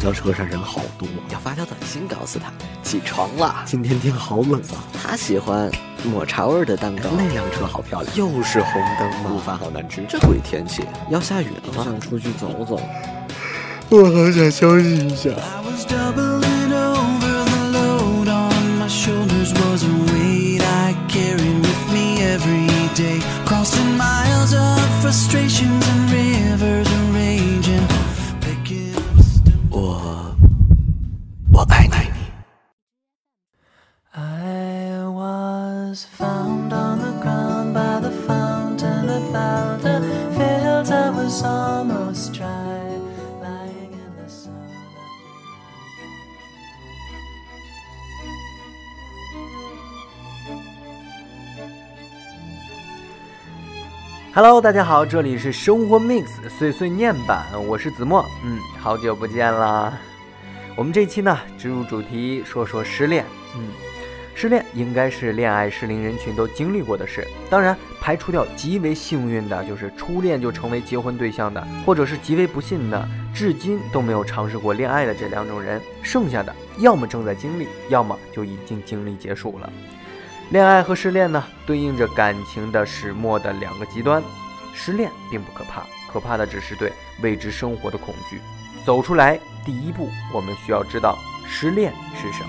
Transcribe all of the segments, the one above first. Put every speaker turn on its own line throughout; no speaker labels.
交车上人好多，
要发条短信告诉他起床了，
今天天好冷啊。
他喜欢抹茶味的蛋糕，
那辆车好漂亮，
又是红灯吗？
午饭好难吃，
这鬼天气要下雨了吗？
想出去走走，
我好想休息一下。
我爱你。
I was found on the ground by the fountain that felt the fields. I was almost dry, lying in the sun.
Hello， 大家好，这里是生活 Mix 碎碎念版，我是子墨。好久不见啦。我们这期呢，直入主题，说说失恋。失恋应该是恋爱适龄人群都经历过的事。当然，排除掉极为幸运的，就是初恋就成为结婚对象的，或者是极为不幸的，至今都没有尝试过恋爱的这两种人，剩下的要么正在经历，要么就已经经历结束了。恋爱和失恋呢，对应着感情的始末的两个极端。失恋并不可怕，可怕的只是对未知生活的恐惧。走出来，第一步，我们需要知道失恋是什么。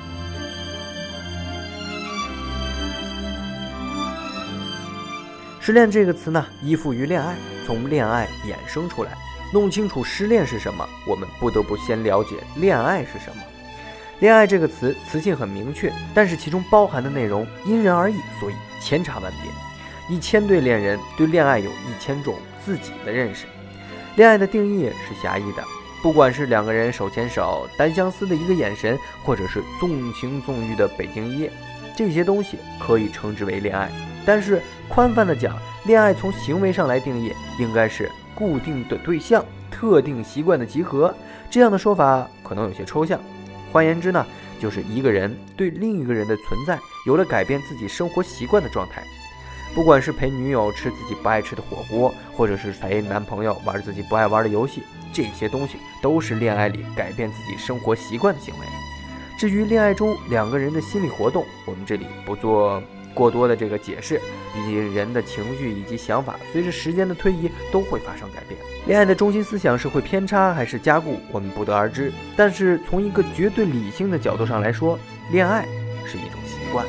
失恋这个词呢，依附于恋爱，从恋爱衍生出来。弄清楚失恋是什么，我们不得不先了解恋爱是什么。恋爱这个词性很明确，但是其中包含的内容因人而异，所以千差万别。1000对恋人，对恋爱有1000种自己的认识。恋爱的定义是狭义的，不管是两个人手牵手、单相思的一个眼神，或者是纵情纵欲的北京一夜，这些东西可以称之为恋爱。但是宽泛的讲，恋爱从行为上来定义，应该是固定的对象、特定习惯的集合。这样的说法可能有些抽象。换言之呢，就是一个人对另一个人的存在有了改变自己生活习惯的状态。不管是陪女友吃自己不爱吃的火锅，或者是陪男朋友玩自己不爱玩的游戏，这些东西都是恋爱里改变自己生活习惯的行为。至于恋爱中两个人的心理活动，我们这里不做过多的这个解释，毕竟人的情绪以及想法随着时间的推移都会发生改变。恋爱的中心思想是会偏差还是加固，我们不得而知。但是从一个绝对理性的角度上来说，恋爱是一种习惯。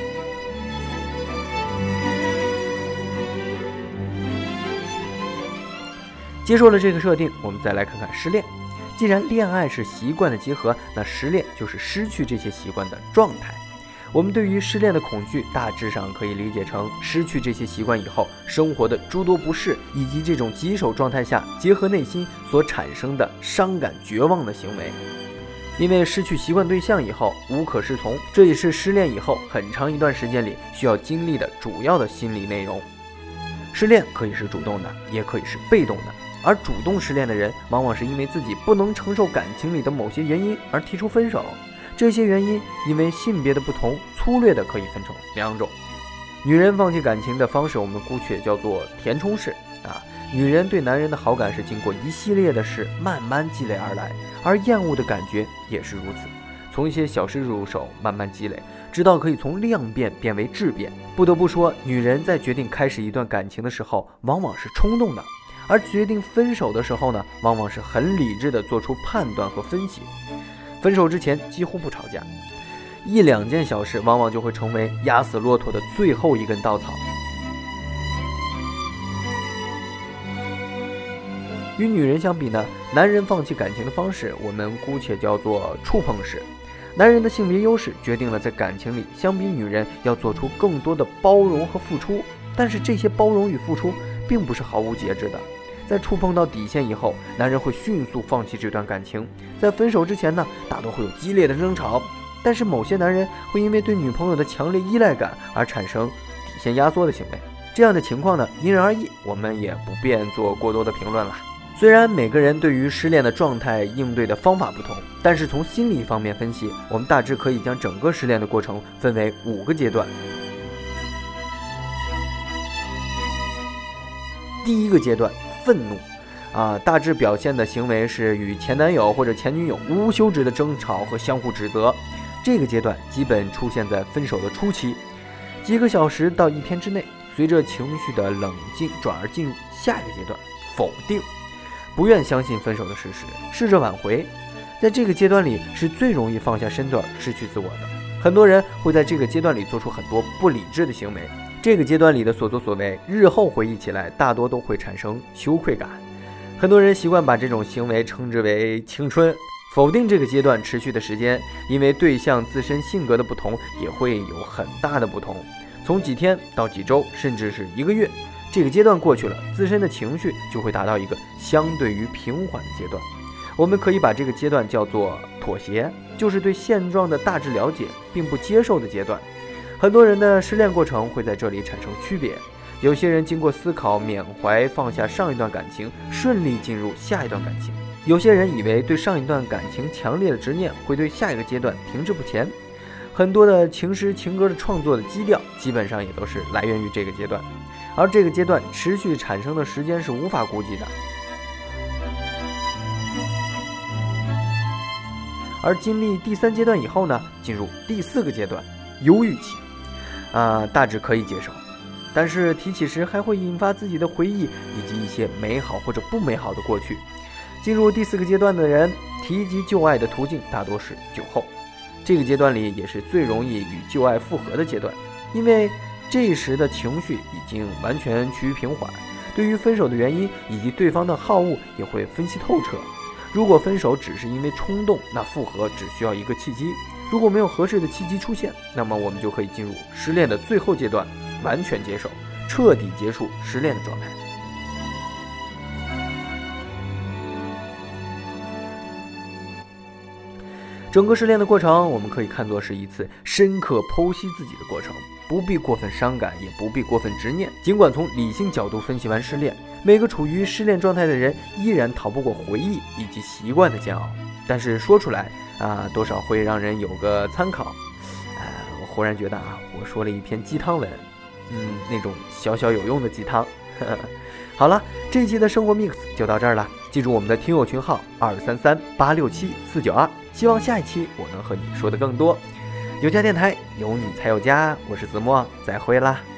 接受了这个设定，我们再来看看失恋。既然恋爱是习惯的结合，那失恋就是失去这些习惯的状态。我们对于失恋的恐惧，大致上可以理解成失去这些习惯以后生活的诸多不适，以及这种棘手状态下结合内心所产生的伤感绝望的行为。因为失去习惯对象以后无可适从，这也是失恋以后很长一段时间里需要经历的主要的心理内容。失恋可以是主动的，也可以是被动的。而主动失恋的人，往往是因为自己不能承受感情里的某些原因而提出分手。这些原因因为性别的不同，粗略的可以分成2种。女人放弃感情的方式，我们姑且叫做填充式。女人对男人的好感是经过一系列的事慢慢积累而来，而厌恶的感觉也是如此。从一些小事入手，慢慢积累，直到可以从量变变为质变。不得不说，女人在决定开始一段感情的时候，往往是冲动的。而决定分手的时候呢，往往是很理智的做出判断和分析。分手之前几乎不吵架，1-2件小事往往就会成为压死骆驼的最后一根稻草。与女人相比呢，男人放弃感情的方式，我们姑且叫做触碰式。男人的性别优势决定了在感情里，相比女人要做出更多的包容和付出，但是这些包容与付出并不是毫无节制的。在触碰到底线以后，男人会迅速放弃这段感情。在分手之前呢，大多会有激烈的争吵，但是某些男人会因为对女朋友的强烈依赖感而产生底线压缩的行为。这样的情况呢，因人而异，我们也不便做过多的评论了。虽然每个人对于失恋的状态应对的方法不同，但是从心理方面分析，我们大致可以将整个失恋的过程分为5个阶段。第一个阶段，愤怒。 大致表现的行为是与前男友或者前女友无休止的争吵和相互指责。这个阶段基本出现在分手的初期，几个小时到1天之内，随着情绪的冷静转而进入下一个阶段，否定，不愿相信分手的事实，试着挽回。在这个阶段里是最容易放下身段失去自我的，很多人会在这个阶段里做出很多不理智的行为。这个阶段里的所作所为，日后回忆起来大多都会产生羞愧感。很多人习惯把这种行为称之为青春。否定这个阶段持续的时间，因为对象自身性格的不同，也会有很大的不同，从几天到几周，甚至是1个月。这个阶段过去了，自身的情绪就会达到一个相对于平缓的阶段。我们可以把这个阶段叫做妥协，就是对现状的大致了解并不接受的阶段。很多人的失恋过程会在这里产生区别，有些人经过思考缅怀放下上一段感情，顺利进入下一段感情。有些人以为对上一段感情强烈的执念会对下一个阶段停滞不前。很多的情诗情歌的创作的基调基本上也都是来源于这个阶段，而这个阶段持续产生的时间是无法估计的。而经历第3阶段以后呢，进入第4个阶段，忧郁期，大致可以接受，但是提起时还会引发自己的回忆以及一些美好或者不美好的过去。进入第4个阶段的人，提及旧爱的途径大多是酒后。这个阶段里也是最容易与旧爱复合的阶段，因为这时的情绪已经完全趋于平缓，对于分手的原因以及对方的好恶也会分析透彻。如果分手只是因为冲动，那复合只需要一个契机。如果没有合适的契机出现，那么我们就可以进入失恋的最后阶段，完全接受，彻底结束失恋的状态。整个失恋的过程，我们可以看作是一次深刻剖析自己的过程，不必过分伤感，也不必过分执念。尽管从理性角度分析完失恋，每个处于失恋状态的人依然逃不过回忆以及习惯的煎熬，但是说出来多少会让人有个参考。我忽然觉得我说了一篇鸡汤文，那种小小有用的鸡汤。好了，这一期的生活 mix 就到这儿了，记住我们的听友群号233867492，希望下一期我能和你说的更多。有家电台，有你才有家，我是子墨，再会啦。